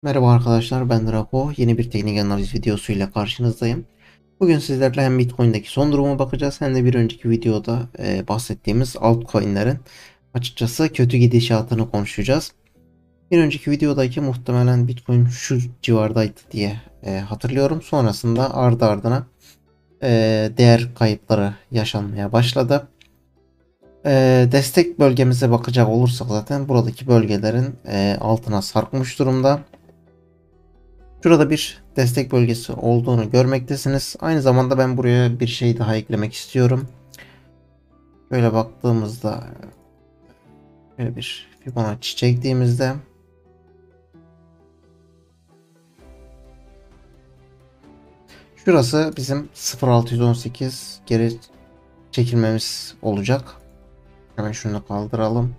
Merhaba arkadaşlar, ben Drapo. Yeni bir teknik analiz videosuyla karşınızdayım. Bugün sizlerle hem Bitcoin'deki son duruma bakacağız hem de bir önceki videoda bahsettiğimiz altcoin'lerin açıkçası kötü gidişatını konuşacağız. Bir önceki videodaki muhtemelen Bitcoin şu civardaydı diye hatırlıyorum. Sonrasında ardı ardına değer kayıpları yaşanmaya başladı. Destek bölgemize bakacak olursak zaten buradaki bölgelerin altına sarkmış durumda. Şurada bir destek bölgesi olduğunu görmektesiniz. Aynı zamanda ben buraya bir şey daha eklemek istiyorum. Böyle baktığımızda böyle bir Fibonacci çektiğimizde şurası bizim 0.618 geri çekilmemiz olacak. Hemen şunu kaldıralım.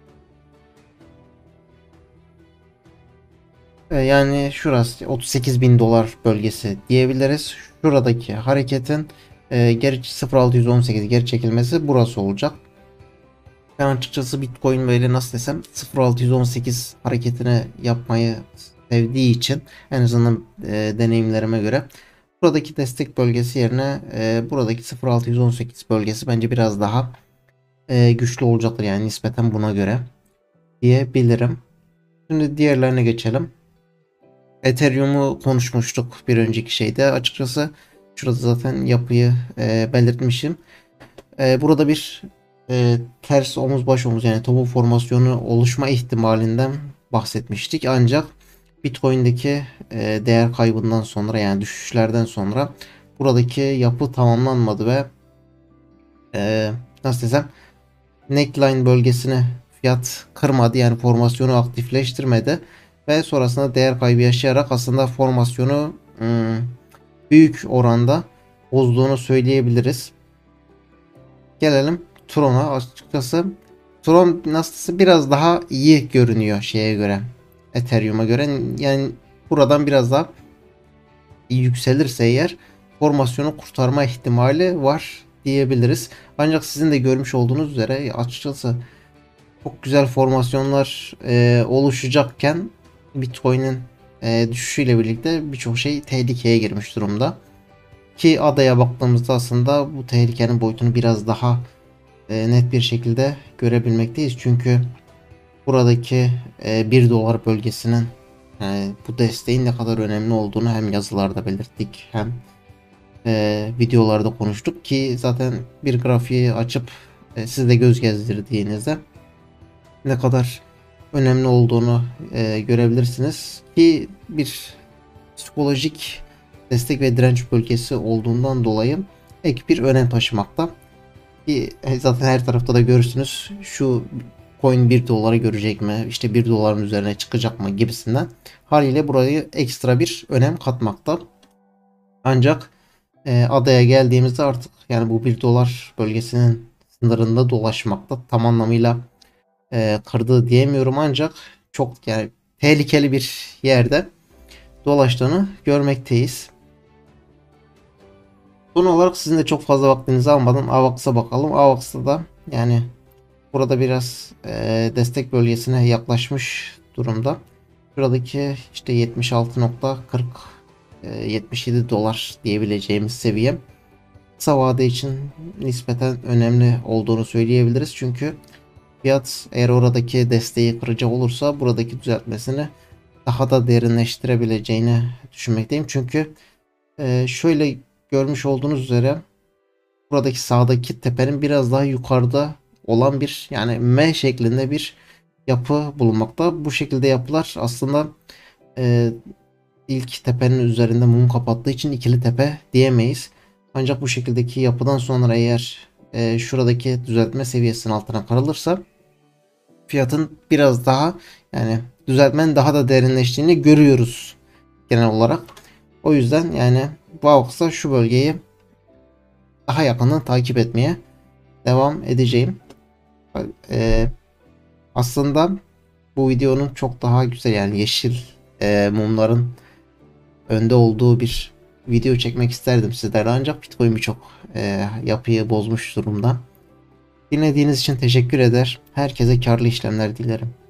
Yani şurası 38 bin dolar bölgesi diyebiliriz. Şuradaki hareketin geri 0.618 geri çekilmesi burası olacak. Ben açıkçası Bitcoin böyle nasıl desem 0.618 hareketini yapmayı sevdiği için en azından deneyimlerime göre buradaki destek bölgesi yerine buradaki 0.618 bölgesi bence biraz daha güçlü olacaktır yani nispeten buna göre diyebilirim. Şimdi diğerlerine geçelim. Ethereum'u konuşmuştuk bir önceki şeyde. Açıkçası şurada zaten yapıyı belirtmişim. Burada bir ters omuz baş omuz yani topu formasyonu oluşma ihtimalinden bahsetmiştik. Ancak Bitcoin'deki değer kaybından sonra yani düşüşlerden sonra buradaki yapı tamamlanmadı ve nasıl desem neckline bölgesine fiyat kırmadı yani formasyonu aktifleştirmedi ve sonrasında değer kaybı yaşayarak aslında formasyonu büyük oranda bozduğunu söyleyebiliriz. Gelelim Tron'a. Açıkçası Tron nasılsa biraz daha iyi görünüyor şeye göre. Ethereum'a göre. Yani buradan biraz daha yükselirse eğer formasyonu kurtarma ihtimali var diyebiliriz. Ancak sizin de görmüş olduğunuz üzere açıkçası çok güzel formasyonlar oluşacakken Bitcoin'in düşüşüyle birlikte birçok şey tehlikeye girmiş durumda. Ki adaya baktığımızda aslında bu tehlikenin boyutunu biraz daha net bir şekilde görebilmekteyiz. Çünkü buradaki 1 dolar bölgesinin bu desteğin ne kadar önemli olduğunu hem yazılarda belirttik hem videolarda konuştuk ki zaten bir grafiği açıp siz de göz gezdirdiğinizde ne kadar önemli olduğunu görebilirsiniz ki bir psikolojik destek ve direnç bölgesi olduğundan dolayı ek bir önem taşımakta. Ki zaten her tarafta da görürsünüz şu coin 1 dolara görecek mi işte 1 doların üzerine çıkacak mı gibisinden haliyle burayı ekstra bir önem katmakta. Ancak adaya geldiğimizde artık yani bu 1 dolar bölgesinin sınırında dolaşmakta tam anlamıyla kırdı diyemiyorum ancak çok yani tehlikeli bir yerde dolaştığını görmekteyiz. Son olarak sizin de çok fazla vaktinizi almadan AVAX'a bakalım. AVAX'ta da yani burada biraz destek bölgesine yaklaşmış durumda. Şuradaki işte 76.40 77 dolar diyebileceğimiz seviye kısa vade için nispeten önemli olduğunu söyleyebiliriz. Çünkü fiyat eğer oradaki desteği kıracak olursa buradaki düzeltmesini daha da derinleştirebileceğini düşünmekteyim. Çünkü şöyle görmüş olduğunuz üzere buradaki sağdaki tepenin biraz daha yukarıda olan bir yani M şeklinde bir yapı bulunmakta. Bu şekilde yapılar aslında e, ilk tepenin üzerinde mum kapattığı için ikili tepe diyemeyiz. Ancak bu şekildeki yapıdan sonra eğer şuradaki düzeltme seviyesinin altına kırılırsa fiyatın biraz daha yani düzeltmenin daha da derinleştiğini görüyoruz genel olarak. O yüzden yani bu avuksa şu bölgeyi daha yakından takip etmeye devam edeceğim. Ee, aslında bu videonun çok daha güzel yani yeşil mumların önde olduğu bir video çekmek isterdim sizlerle ancak Bitcoin birçok yapıyı bozmuş durumda. Dinlediğiniz için teşekkür eder. Herkese karlı işlemler dilerim.